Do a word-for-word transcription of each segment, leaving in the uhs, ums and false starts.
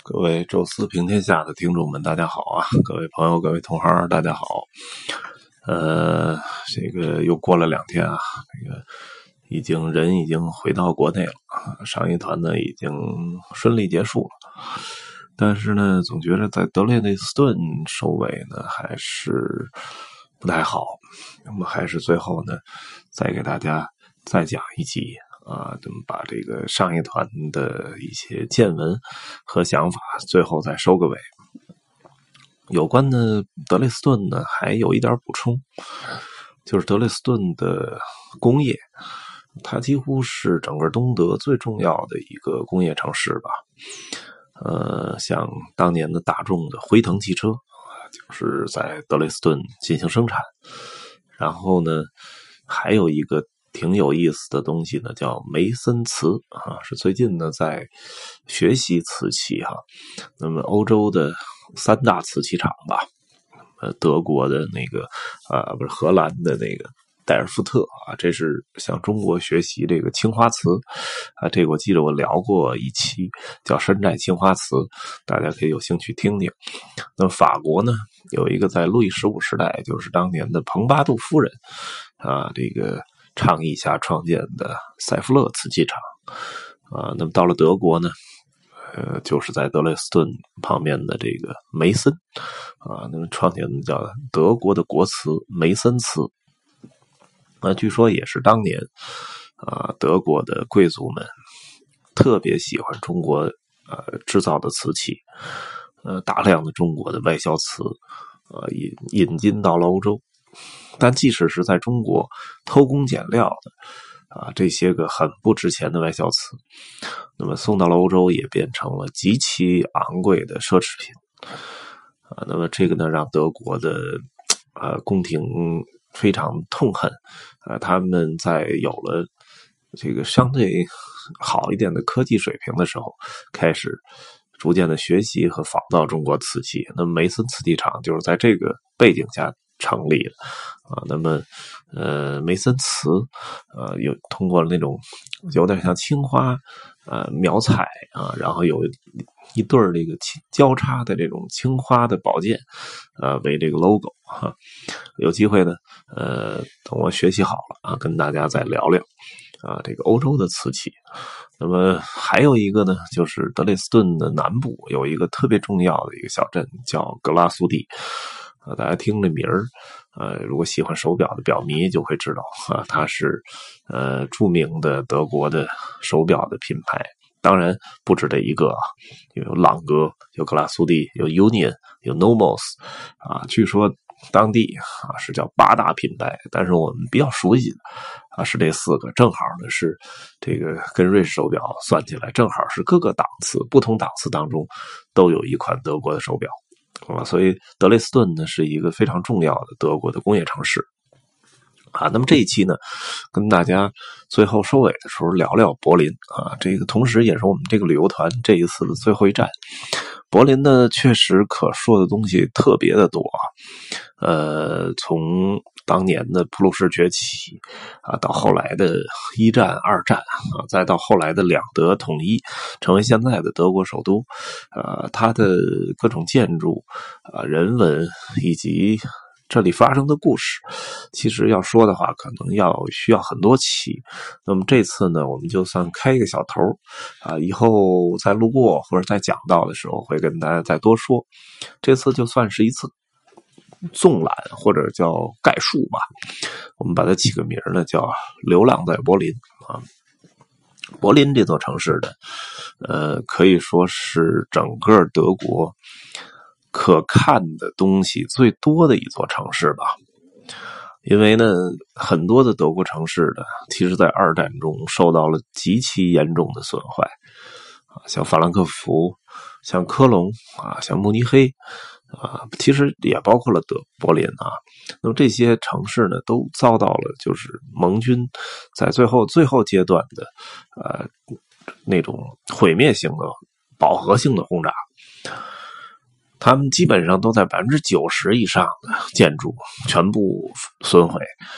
各位周四平天下的听众们，大家好啊！各位朋友，各位同行，大家好。呃，这个又过了两天啊，这个已经人已经回到国内了啊，上一团呢已经顺利结束了。但是呢，总觉得在德累斯顿收尾呢还是不太好。那么还是最后呢，再给大家再讲一集。啊，咱们把这个上一团的一些见闻和想法，最后再收个尾。有关的德累斯顿呢，还有一点补充，就是德累斯顿的工业，它几乎是整个东德最重要的一个工业城市吧。呃，像当年的大众的辉腾汽车，就是在德累斯顿进行生产。然后呢，还有一个挺有意思的东西呢，叫梅森瓷啊，是最近呢在学习瓷器哈。那么欧洲的三大瓷器厂吧，呃，德国的那个啊，不是荷兰的那个戴尔夫特啊，这是向中国学习这个青花瓷啊。这个我记得我聊过一期叫山寨青花瓷，大家可以有兴趣听听。那么法国呢，有一个在路易十五时代，就是当年的蓬巴杜夫人啊，这个倡议下创建的塞夫勒瓷器厂啊。那么到了德国呢，呃，就是在德累斯顿旁边的这个梅森啊，那么创建的叫德国的国瓷梅森瓷。那据说也是当年啊，德国的贵族们特别喜欢中国呃制造的瓷器，呃，大量的中国的外销瓷呃引引进到了欧洲。但即使是在中国偷工减料的啊，这些个很不值钱的外销瓷，那么送到了欧洲也变成了极其昂贵的奢侈品啊。那么这个呢，让德国的呃宫廷非常痛恨啊。他们在有了这个相对好一点的科技水平的时候，开始逐渐的学习和仿造中国瓷器。那么梅森瓷器厂就是在这个背景下成立的啊。那么呃梅森瓷呃有通过了那种有点像青花呃描彩啊，然后有一对儿这个交叉的这种青花的宝剑呃为这个 logo 哈、啊。有机会呢呃等我学习好了啊，跟大家再聊聊啊这个欧洲的瓷器。那么还有一个呢，就是德累斯顿的南部有一个特别重要的一个小镇叫格拉苏蒂啊，大家听这名儿，呃，如果喜欢手表的表迷就会知道啊，它是呃著名的德国的手表的品牌。当然不止这一个啊，有朗格，有格拉苏蒂，有 Union， 有 Nomos 啊。据说当地啊是叫八大品牌，但是我们比较熟悉的啊是这四个，正好呢是这个跟瑞士手表算起来，正好是各个档次不同档次当中都有一款德国的手表啊。所以德累斯顿呢是一个非常重要的德国的工业城市啊。那么这一期呢，跟大家最后收尾的时候聊聊柏林啊，这个同时也是我们这个旅游团这一次的最后一站。柏林呢，确实可说的东西特别的多啊。呃，从当年的普鲁士崛起啊，到后来的一战、二战啊，再到后来的两德统一，成为现在的德国首都。呃，它的各种建筑啊、人文以及这里发生的故事，其实要说的话可能要需要很多期。那么这次呢，我们就算开一个小头啊，以后再路过或者再讲到的时候会跟大家再多说。这次就算是一次纵览或者叫概述吧，我们把它起个名呢，叫流浪在柏林啊。柏林这座城市的呃，可以说是整个德国可看的东西最多的一座城市吧。因为呢，很多的德国城市呢，其实在二战中受到了极其严重的损坏啊，像法兰克福，像科隆啊，像慕尼黑啊，其实也包括了德柏林啊。那么这些城市呢，都遭到了就是盟军在最后最后阶段的呃那种毁灭性的饱和性的轰炸。他们基本上都在百分之九十以上的建筑全部损毁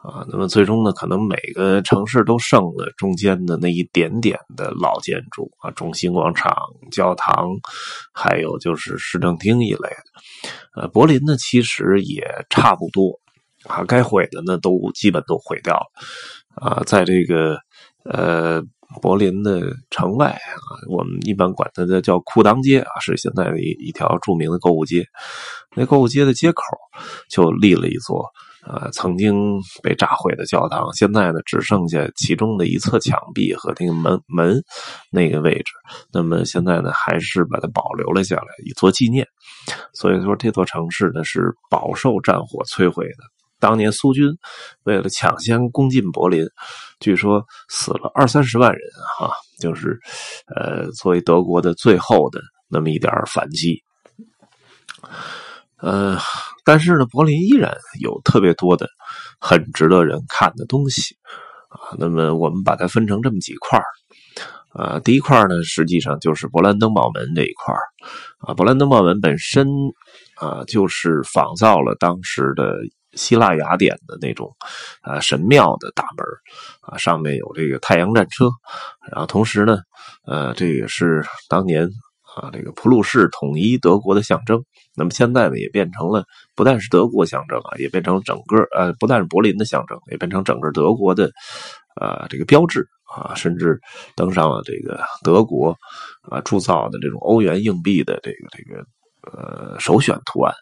啊，那么最终呢，可能每个城市都剩了中间的那一点点的老建筑啊，中心广场、教堂，还有就是市政厅一类的。呃，柏林呢其实也差不多啊，该毁的呢都基本都毁掉了啊，在这个呃柏林的城外啊，我们一般管它的叫库当街啊，是现在的一一条著名的购物街。那购物街的街口就立了一座呃，曾经被炸毁的教堂，现在呢只剩下其中的一侧墙壁和那个门门那个位置，那么现在呢还是把它保留了下来，以作纪念。所以说这座城市呢是饱受战火摧毁的。当年苏军为了抢先攻进柏林，据说死了二三十万人啊，就是呃作为德国的最后的那么一点反击。呃，但是呢，柏林依然有特别多的很值得人看的东西啊。那么我们把它分成这么几块啊，第一块呢，实际上就是勃兰登堡门这一块啊。勃兰登堡门本身啊，就是仿造了当时的希腊雅典的那种啊神庙的大门啊，上面有这个太阳战车，然后同时呢，呃，这也是当年啊这个普鲁士统一德国的象征。那么现在呢，也变成了不但是德国象征啊，也变成整个呃不但是柏林的象征，也变成整个德国的呃这个标志啊，甚至登上了这个德国啊铸造的这种欧元硬币的这个这个呃首选图案。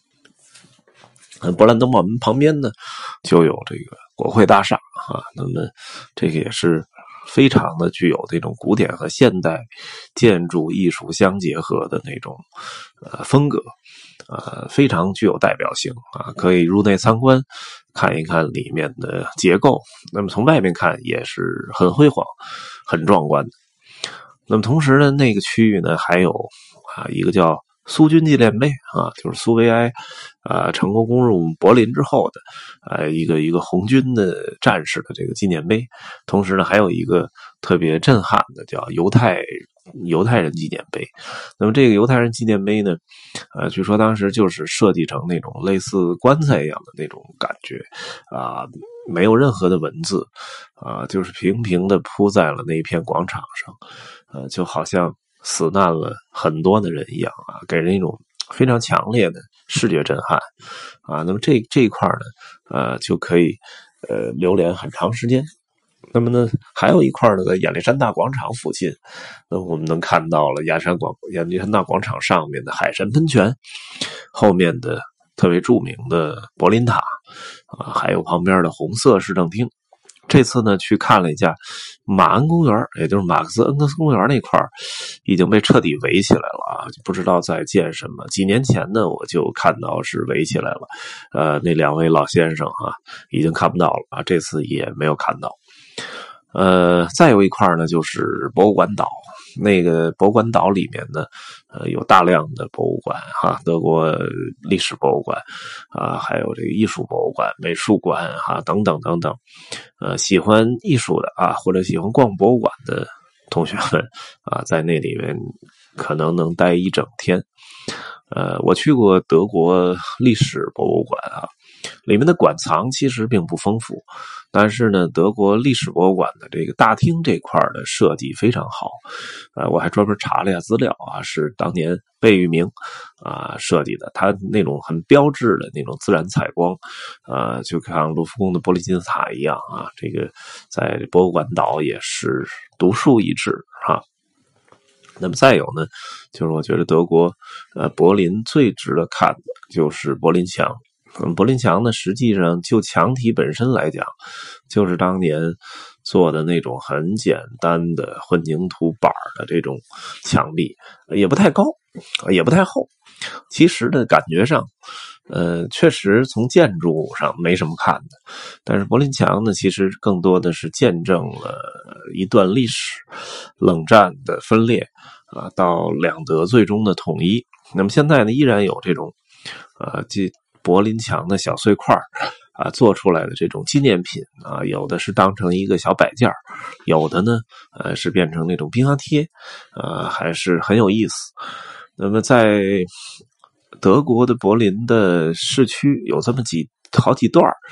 勃兰登堡门旁边呢，就有这个国会大厦啊，那么这个也是非常的具有这种古典和现代建筑艺术相结合的那种呃风格，呃非常具有代表性啊，可以入内参观看一看里面的结构。那么从外面看也是很辉煌、很壮观的。那么同时呢，那个区域呢还有啊一个叫苏军纪念碑啊，就是苏维埃啊成功攻入柏林之后的啊一个一个红军的战士的这个纪念碑。同时呢，还有一个特别震撼的叫犹太犹太人纪念碑。那么这个犹太人纪念碑呢，呃，据说当时就是设计成那种类似棺材一样的那种感觉啊，没有任何的文字啊，就是平平的铺在了那一片广场上，呃，就好像死难了很多的人一样啊，给人一种非常强烈的视觉震撼啊。那么这这一块呢，呃，就可以呃流连很长时间。那么呢，还有一块呢，在亚历山大广场附近，那我们能看到了亚历山广亚历山大广场上面的海神喷泉，后面的特别著名的柏林塔啊，还有旁边的红色市政厅。这次呢，去看了一下马恩公园，也就是马克思恩格斯公园那块已经被彻底围起来了啊，不知道在建什么。几年前呢，我就看到是围起来了，呃，那两位老先生啊，已经看不到了啊，这次也没有看到。呃，再有一块呢，就是博物馆岛。那个博物馆岛里面呢，呃，有大量的博物馆哈，德国历史博物馆啊，还有这个艺术博物馆、美术馆哈等等等等。呃，喜欢艺术的啊，或者喜欢逛博物馆的同学们啊，在那里面可能能待一整天。呃，我去过德国历史博物馆啊，里面的馆藏其实并不丰富，但是呢，德国历史博物馆的这个大厅这块的设计非常好。呃，我还专门查了一下资料啊，是当年贝聿铭啊设计的，他那种很标志的那种自然采光，呃，就像卢浮宫的玻璃金字塔一样啊，这个在博物馆岛也是独树一帜哈。那么再有呢，就是我觉得德国呃柏林最值得看的就是柏林墙。嗯，柏林墙呢，实际上就墙体本身来讲，就是当年做的那种很简单的混凝土板的这种墙壁，也不太高，也不太厚。其实呢，感觉上，呃，确实从建筑上没什么看的，但是柏林墙呢，其实更多的是见证了一段历史，冷战的分裂啊，到两德最终的统一。那么现在呢，依然有这种，呃，即柏林墙的小碎块啊，做出来的这种纪念品啊，有的是当成一个小摆件，有的呢，呃，是变成那种冰箱贴，呃，还是很有意思。那么在德国的柏林的市区有这么几好几段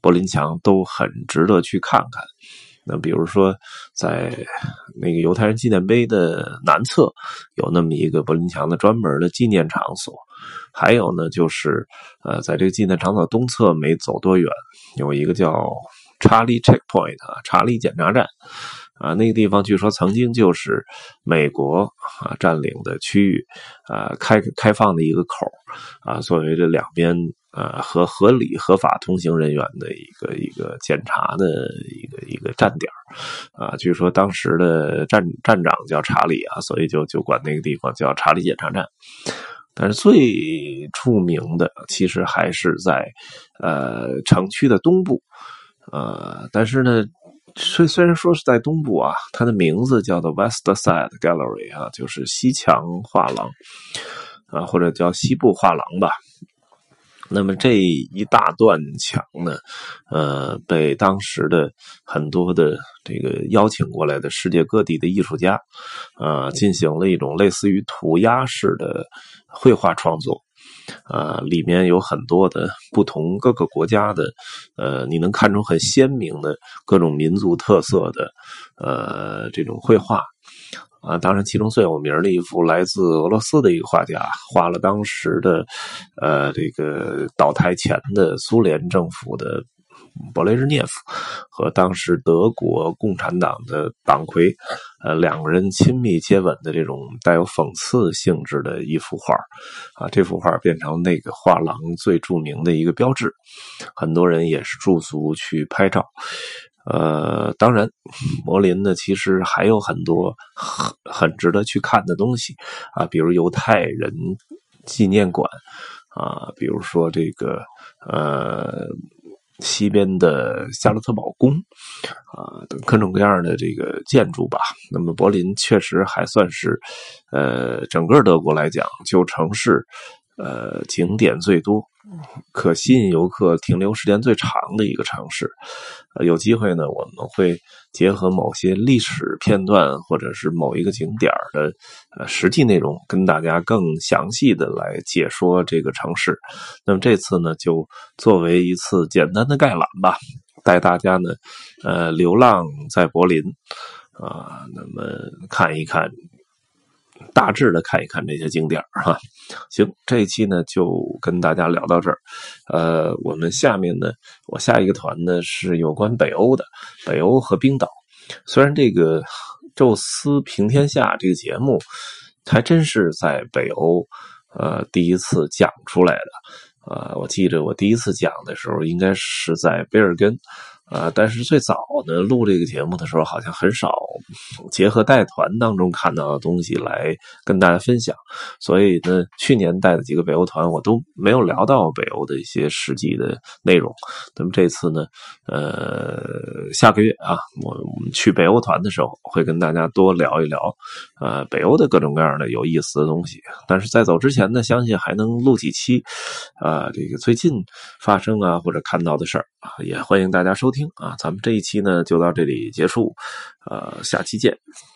柏林墙都很值得去看看。那比如说在那个犹太人纪念碑的南侧有那么一个柏林墙的专门的纪念场所，还有呢就是呃在这个纪念场所东侧没走多远有一个叫查理 checkpoint 啊，查理检查站啊，那个地方据说曾经就是美国啊占领的区域啊，开开放的一个口啊，作为这两边呃和合理合法通行人员的一个一个检查的一个一个站点啊，据说当时的站站长叫查理啊，所以就就管那个地方叫查理检查站。但是最出名的其实还是在呃城区的东部，呃，但是呢，虽虽然说是在东部啊，它的名字叫做 West Side Gallery 啊，就是西墙画廊啊，或者叫西部画廊吧。那么这一大段墙呢，呃，被当时的很多的这个邀请过来的世界各地的艺术家，呃，进行了一种类似于涂鸦式的绘画创作。呃，里面有很多的不同各个国家的，呃，你能看出很鲜明的各种民族特色的，呃，这种绘画。啊，当然，其中最有名的一幅来自俄罗斯的一个画家，画了当时的，呃，这个倒台前的苏联政府的勃列日涅夫和当时德国共产党的党魁，呃，两个人亲密接吻的这种带有讽刺性质的一幅画啊，这幅画变成那个画廊最著名的一个标志，很多人也是驻足去拍照。呃，当然，柏林呢，其实还有很多很很值得去看的东西啊，比如犹太人纪念馆啊，比如说这个呃西边的夏洛特堡宫啊，等各种各样的这个建筑吧。那么柏林确实还算是呃整个德国来讲，就城市呃景点最多，可吸引游客停留时间最长的一个城市。呃，有机会呢，我们会结合某些历史片段或者是某一个景点的呃实际内容，跟大家更详细的来解说这个城市。那么这次呢，就作为一次简单的概览吧，带大家呢，呃，流浪在柏林啊、呃，那么看一看。大致的看一看这些景点哈，行，这一期呢就跟大家聊到这儿。呃，我们下面呢，我下一个团呢是有关北欧的，北欧和冰岛。虽然这个宙斯平天下这个节目还真是在北欧呃第一次讲出来的。呃，我记着我第一次讲的时候应该是在贝尔根。啊、呃，但是最早呢，录这个节目的时候，好像很少结合带团当中看到的东西来跟大家分享，所以呢，去年带的几个北欧团，我都没有聊到北欧的一些实际的内容。那么这次呢，呃，下个月啊，我我们去北欧团的时候，会跟大家多聊一聊，呃，北欧的各种各样的有意思的东西。但是在走之前呢，相信还能录几期，啊、呃，这个最近发生啊或者看到的事儿啊，也欢迎大家收听。啊，咱们这一期呢就到这里结束，呃，下期见。